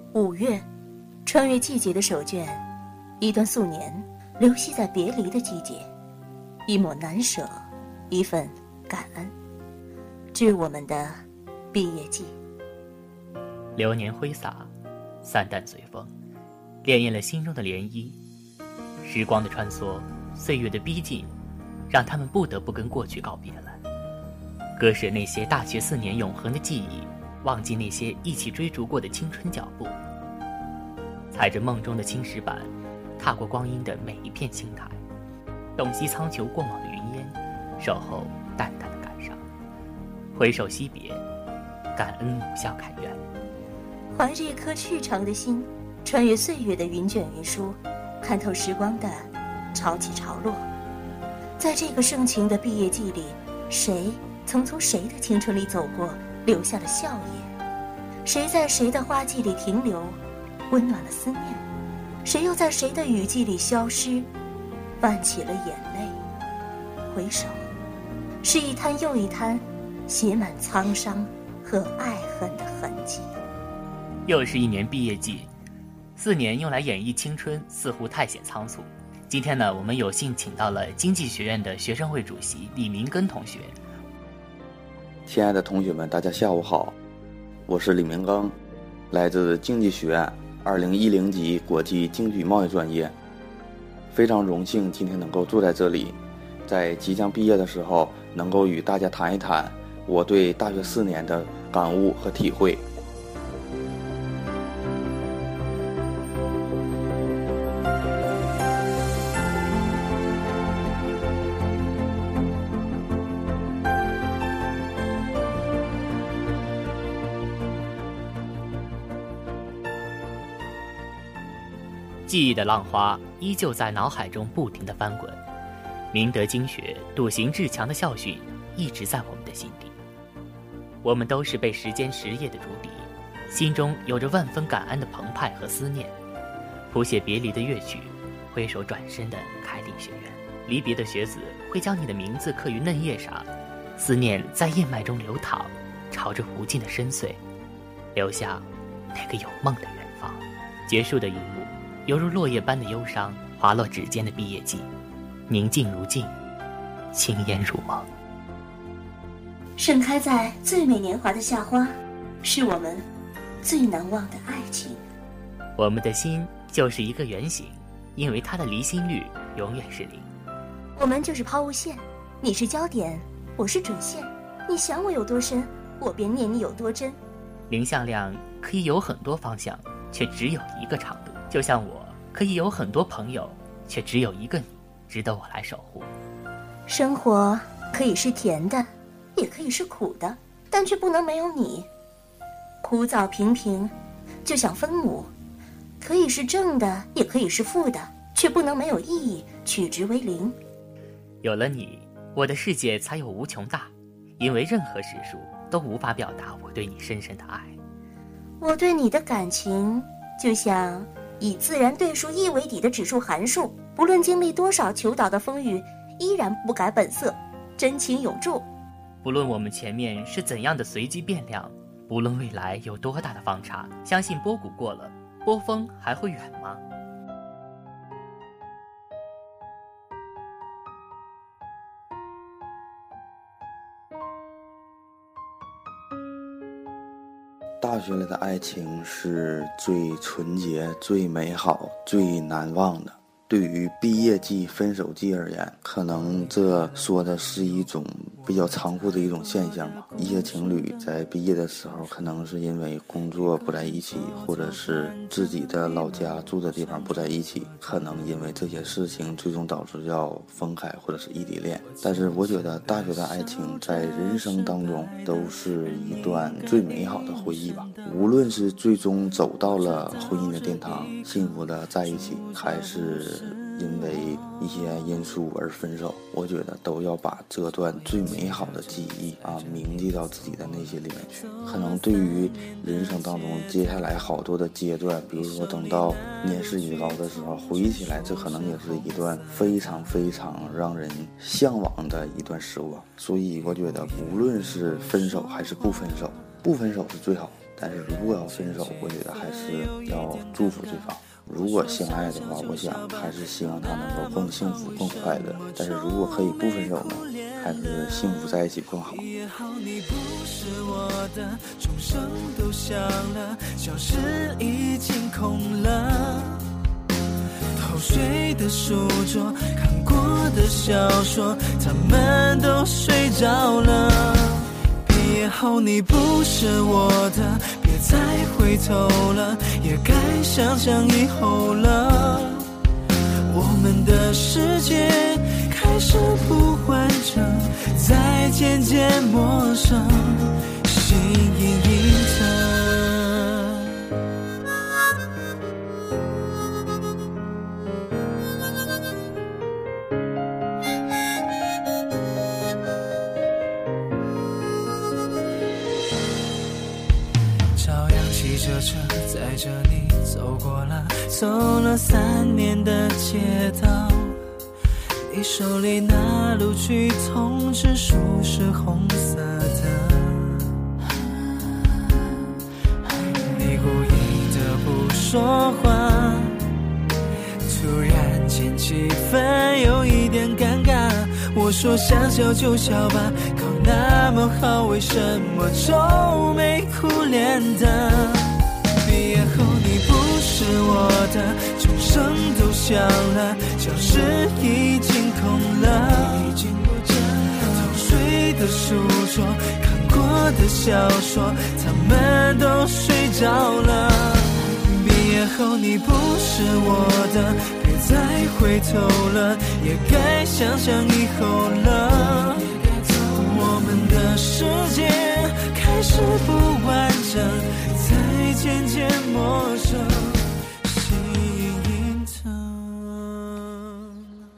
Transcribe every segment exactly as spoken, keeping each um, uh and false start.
五月，穿越季节的手绢，一段素年，流系在别离的季节，一抹难舍，一份感恩，致我们的毕业季。 流年挥洒，散淡随风，潋滟了心中的涟漪。时光的穿梭，岁月的逼近，让他们不得不跟过去告别了，割舍那些大学四年永恒的记忆，忘记那些一起追逐过的青春脚步，踩着梦中的青石板，踏过光阴的每一片青苔，洞悉苍穹过往的云烟，守候淡淡的感伤，挥手惜别，感恩母校开元。 怀着一颗去长的心，穿越岁月的云卷云舒，看透时光的潮起潮落。在这个盛情的毕业季里，谁曾从谁的青春里走过，留下了笑靥？谁在谁的花季里停留，温暖了思念？谁又在谁的雨季里消失，泛起了眼泪？回首，是一滩又一滩写满沧桑和爱恨的痕迹。 又是一年毕业季，四年用来演绎青春似乎太显仓促。今天呢，我们有幸请到了经济学院的学生会主席李明根同学。 亲爱的同学们，大家下午好，我是李明根，来自经济学院二零一零级国际经济贸易专业。非常荣幸今天能够坐在这里，在即将毕业的时候，能够与大家谈一谈我对大学四年的感悟和体会。 记忆的浪花依旧在脑海中不停地翻滚，明德经学、笃行至强的校训一直在我们的心底。我们都是被时间实业的竹笛，心中有着万分感恩的澎湃和思念，谱写别离的乐曲，挥手转身的开定学院。离别的学子会将你的名字刻于嫩叶上，思念在燕麦中流淌，朝着无尽的深邃，留下那个有梦的远方。结束的一幕，犹如落叶般的忧伤，滑落指尖的毕业季，宁静如镜，轻烟如梦。 盛开在最美年华的夏花，是我们最难忘的爱情。 我们的心就是一个圆形，因为它的离心率永远是零。 我们就是抛物线，你是焦点，我是准线。你想我有多深，我便念你有多真。 零向量可以有很多方向，却只有一个长度。就像我可以有很多朋友，却只有一个你值得我来守护。 生活可以是甜的，也可以是苦的，但却不能没有你。枯燥平平，就像分母，可以是正的，也可以是负的，却不能没有意义，取值为零。 有了你，我的世界才有无穷大，因为任何实数都无法表达我对你深深的爱。 我对你的感情，就像以自然对数一为底的指数函数，不论经历多少求导的风雨，依然不改本色，真情永驻。 不论我们前面是怎样的随机变量，不论未来有多大的方差，相信波谷过了，波峰还会远吗？ 大学里的爱情是最纯洁、最美好、最难忘的。对于毕业季、分手季而言，可能这说的是一种比较残酷的一种现象吧。一些情侣在毕业的时候，可能是因为工作不在一起，或者是自己的老家住的地方不在一起，可能因为这些事情最终导致要分开或者是异地恋。但是我觉得大学的爱情在人生当中都是一段最美好的回忆吧。无论是最终走到了婚姻的殿堂，幸福的在一起，还是因为一些因素而分手，我觉得都要把这段最美好的记忆啊铭记到自己的内心里面去。可能对于人生当中接下来好多的阶段，比如说等到年事已高的时候，回忆起来，这可能也是一段非常非常让人向往的一段时光。所以我觉得无论是分手还是不分手，不分手是最好， 但是如果要分手，我觉得还是要祝福对方。如果相爱的话，我想还是希望他能够更幸福更快乐，但是如果可以不分手呢，还是幸福在一起更好。 也好，你不是我的，钟声都响了，教室已经空了，偷睡的书桌，看过的小说，他们都睡着了。毕业后你不是我的，别再回头了，也该想想以后了。我们的世界开始不完整，在渐渐陌生，心隐隐疼。照样骑着车载着你走过了走了三年的街道，你手里那录取通知书是红色的，你故意的不说话，突然间气氛有一点尴尬。我说想笑就笑吧，考那么好，为什么愁眉苦脸的？毕业后你不是我的，钟声都响了，教室已经空了，偷睡的书桌，看过的小说，他们都睡着了。毕业后你不是我的，别再回头了，也该想想以后了。我们的世界开始不完整，在渐渐陌生，心隐疼。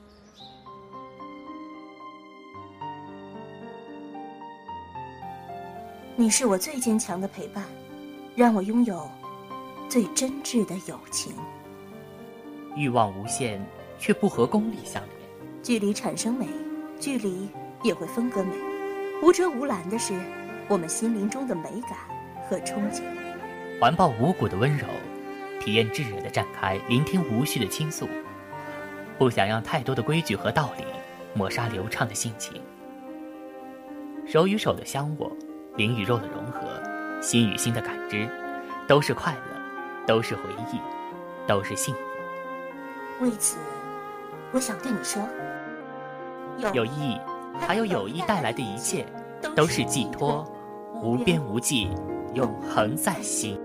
你是我最坚强的陪伴，让我拥有最真挚的友情。 欲望无限，却不和功利相连。 距离产生美，距离也会分割美。无遮无拦的是我们心灵中的美感和憧憬。 环抱无骨的温柔，体验炙热的展开，聆听无序的倾诉。不想让太多的规矩和道理抹杀流畅的心情。手与手的相握，灵与肉的融合，心与心的感知，都是快乐，都是回忆，都是幸福。 为此，我想对你说， 友谊还有友谊带来的一切，都是寄托，无边无际，永恒在心。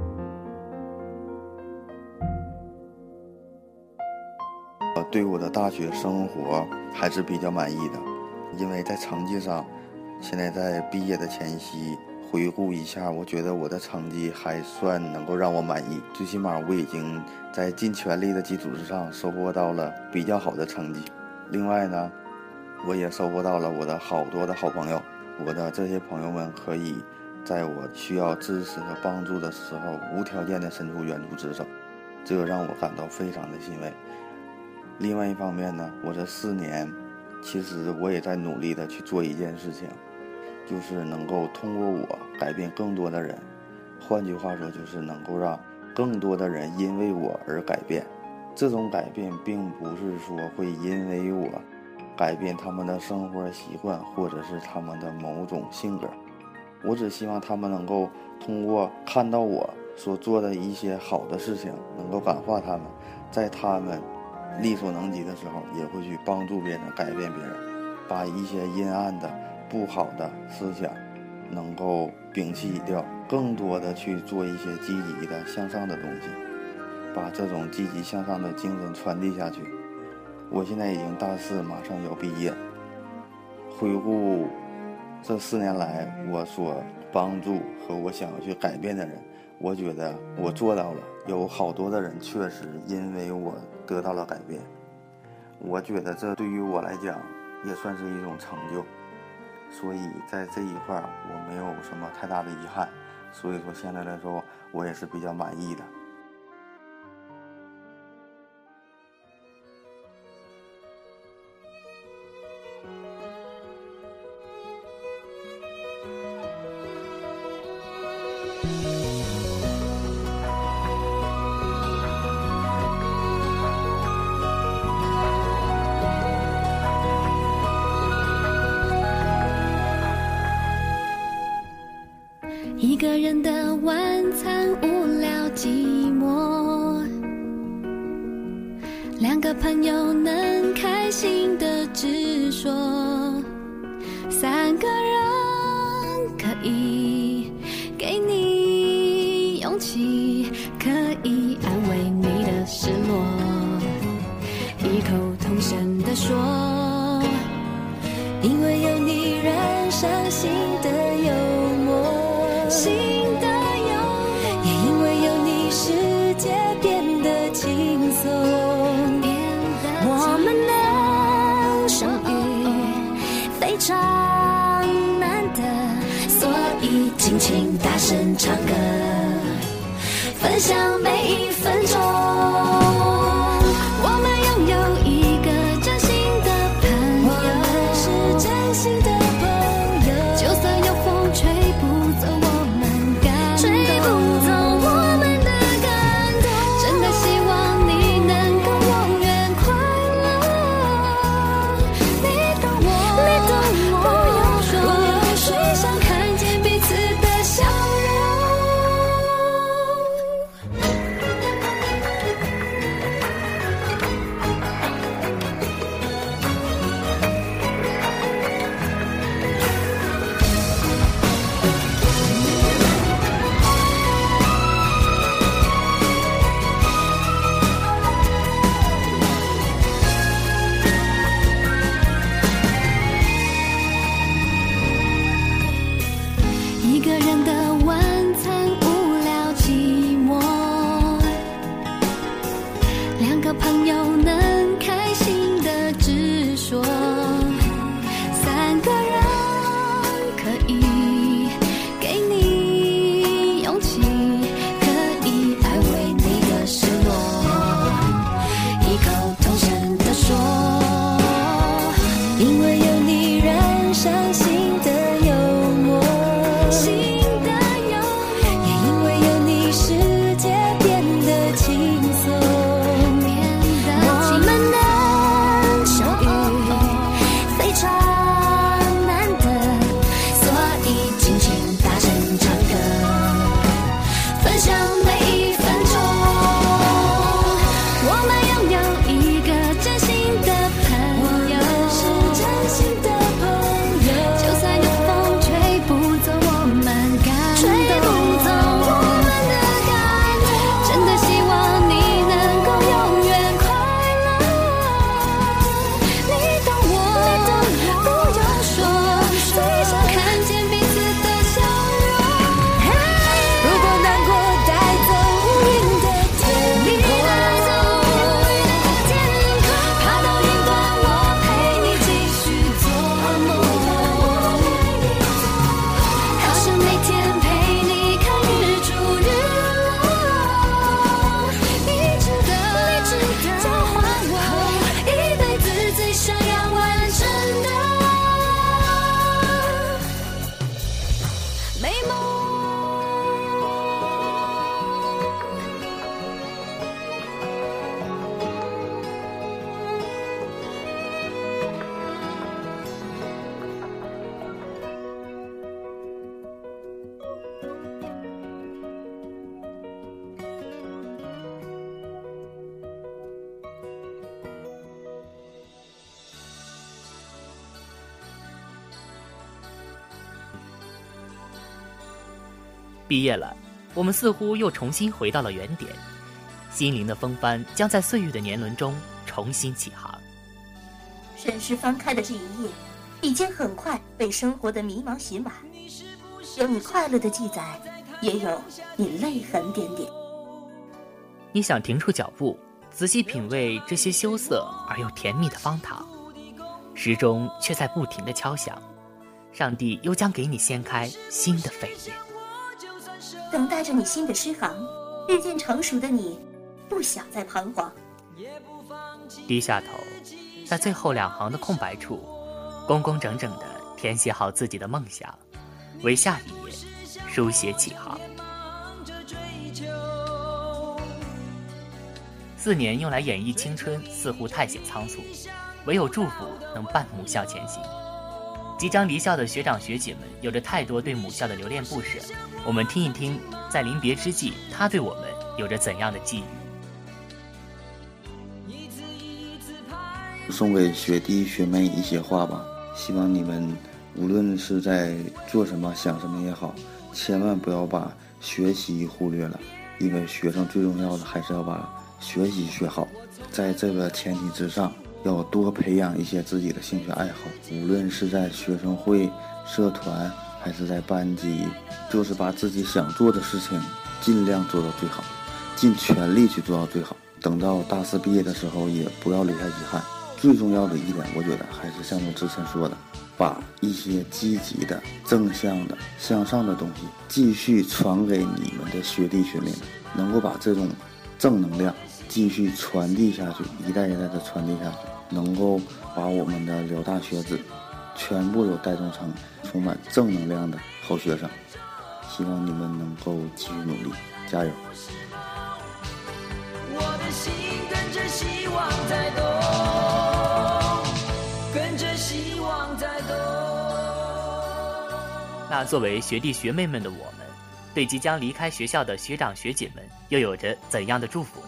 我对我的大学生活还是比较满意的，因为在成绩上，现在在毕业的前夕回顾一下，我觉得我的成绩还算能够让我满意，最起码我已经在尽全力的基础之上收获到了比较好的成绩。另外呢，我也收获到了我的好多的好朋友，我的这些朋友们可以在我需要支持和帮助的时候无条件的伸出援助之手，这个让我感到非常的欣慰。另外一方面呢，我这四年其实我也在努力的去做一件事情，就是能够通过我改变更多的人，换句话说就是能够让更多的人因为我而改变。这种改变并不是说会因为我改变他们的生活习惯或者是他们的某种性格，我只希望他们能够通过看到我所做的一些好的事情，能够感化他们，在他们力所能及的时候也会去帮助别人，改变别人，把一些阴暗的不好的思想能够摒弃掉，更多的去做一些积极的向上的东西，把这种积极向上的精神传递下去。我现在已经大四，马上要毕业，回顾这四年来我所帮助和我想要去改变的人，我觉得我做到了，有好多的人确实因为我得到了改变，我觉得这对于我来讲也算是一种成就，所以在这一块我没有什么太大的遗憾，所以说现在来说我也是比较满意的。 嗯。 个人的晚餐无聊寂寞，两个朋友能开心的直说，三个人可以给你勇气，可以安慰你的失落，异口同声地说，因为有你燃上新的幽默，新的幽默，也因为有你世界变得轻松，我们能相遇非常难得，所以尽情大声唱歌，分享每一分钟。我们拥有一个真心的朋友，是真心的朋友，就算有风吹不走我们感动，吹不走我们的感动，真的希望你能够永远快乐。你懂我，你懂我，不用说，不用说，只想看见彼此的笑容。一个人的晚餐无聊寂寞，两个朋友能开心的直说，三个人可以给你勇气，可以安慰你的失落，异口同声地说，因为有你燃上新的幽默，新的幽默，也因为有你世界变得轻松，我们能相遇非常难得，所以尽情大声唱歌，分享每一分钟。我们拥有一个真心的朋友，是真心的朋友，就算有风吹不走我们感动，吹不走我们的感动，真的希望你能够永远快乐。你懂我，你懂我，不用说，最想看见彼此的笑容。如果难过带走乌云的天空，爬到云端我陪你继续做梦，好想每天陪你看日出日落，你值得，你值得交换我一辈子最想要完成的美梦。 毕业了，我们似乎又重新回到了原点，心灵的风帆将在岁月的年轮中重新起航。 沈氏翻开的这一页，已经很快被生活的迷茫寻完，有你快乐的记载，也有你泪痕点点。 你想停住脚步，仔细品味这些羞涩而又甜蜜的方糖，时钟却在不停地敲响，上帝又将给你掀开新的扉页， 等待着你新的诗行，日渐成熟的你，不想再彷徨。 低下头，在最后两行的空白处，工工整整地填写好自己的梦想，为下一页书写起航。四年用来演绎青春，似乎太显仓促，唯有祝福能伴母校前行。 即将离校的学长学姐们有着太多对母校的留恋不舍，我们听一听，在临别之际，他对我们有着怎样的寄语。 送给学弟学妹一些话吧，希望你们无论是在做什么想什么也好，千万不要把学习忽略了，因为学生最重要的还是要把学习学好。在这个前提之上，要多培养一些自己的兴趣爱好，无论是在学生会、社团还是在班级，就是把自己想做的事情尽量做到最好，尽全力去做到最好。等到大四毕业的时候，也不要留下遗憾。最重要的一点，我觉得还是像我之前说的，把一些积极的、正向的、向上的东西继续传给你们的学弟学妹们，能够把这种正能量继续传递下去，一代一代的传递下去，能够把我们的辽大学子全部都带动成充满正能量的好学生。希望你们能够继续努力，加油！ 我的心跟着希望在动，跟着希望在动。 那作为学弟学妹们的我们，对即将离开学校的学长学姐们又有着怎样的祝福呢？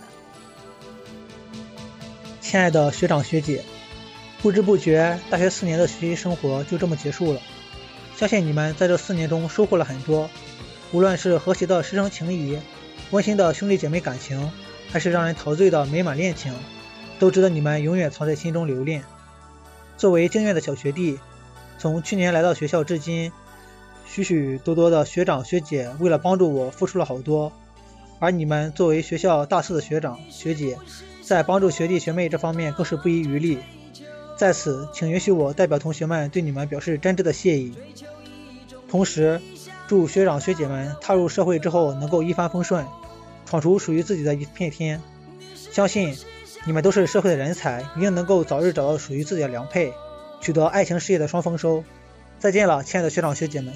亲爱的学长学姐，不知不觉大学四年的学习生活就这么结束了，相信你们在这四年中收获了很多，无论是和谐的师生情谊、温馨的兄弟姐妹感情，还是让人陶醉的美满恋情，都值得你们永远藏在心中留恋。作为经验的小学弟，从去年来到学校至今，许许多多的学长学姐为了帮助我付出了好多，而你们作为学校大四的学长学姐，在帮助学弟学妹这方面更是不遗余力。在此，请允许我代表同学们对你们表示真挚的谢意。同时，祝学长学姐们踏入社会之后能够一帆风顺，闯出属于自己的一片天。相信你们都是社会的人才，一定能够早日找到属于自己的良配，取得爱情事业的双丰收。再见了，亲爱的学长学姐们。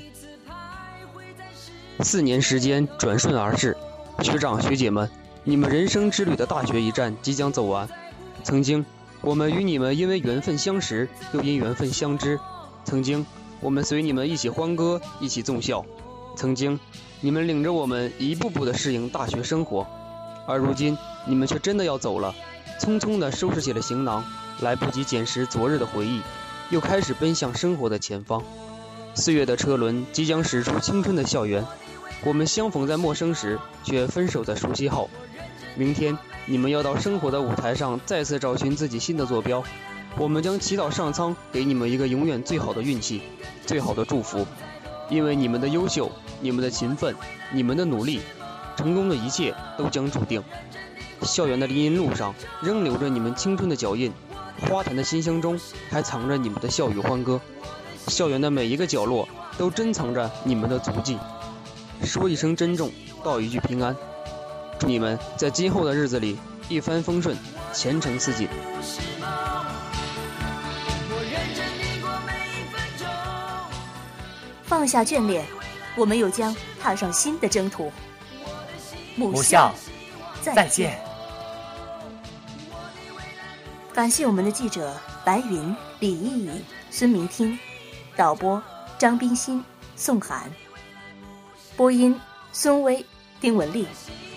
四年时间转瞬而逝，学长学姐们，你们人生之旅的大学一站即将走完。曾经我们与你们因为缘分相识，又因缘分相知。曾经我们随你们一起欢歌，一起纵笑。曾经你们领着我们一步步地适应大学生活，而如今你们却真的要走了，匆匆地收拾起了行囊，来不及捡拾昨日的回忆，又开始奔向生活的前方。岁月的车轮即将驶出青春的校园，我们相逢在陌生时，却分手在熟悉后。明天你们要到生活的舞台上再次找寻自己新的坐标，我们将祈祷上苍给你们一个永远最好的运气，最好的祝福。因为你们的优秀，你们的勤奋，你们的努力，成功的一切都将注定。校园的林荫路上仍留着你们青春的脚印，花坛的馨香中还藏着你们的笑语欢歌，校园的每一个角落都珍藏着你们的足迹。说一声珍重，道一句平安，祝你们在今后的日子里一帆风顺，前程似锦。 放下眷恋，我们又将踏上新的征途。 母校再见。 感谢我们的记者白云、李毅颖、孙明听，导播张冰心、宋涵，播音孙威、丁文丽。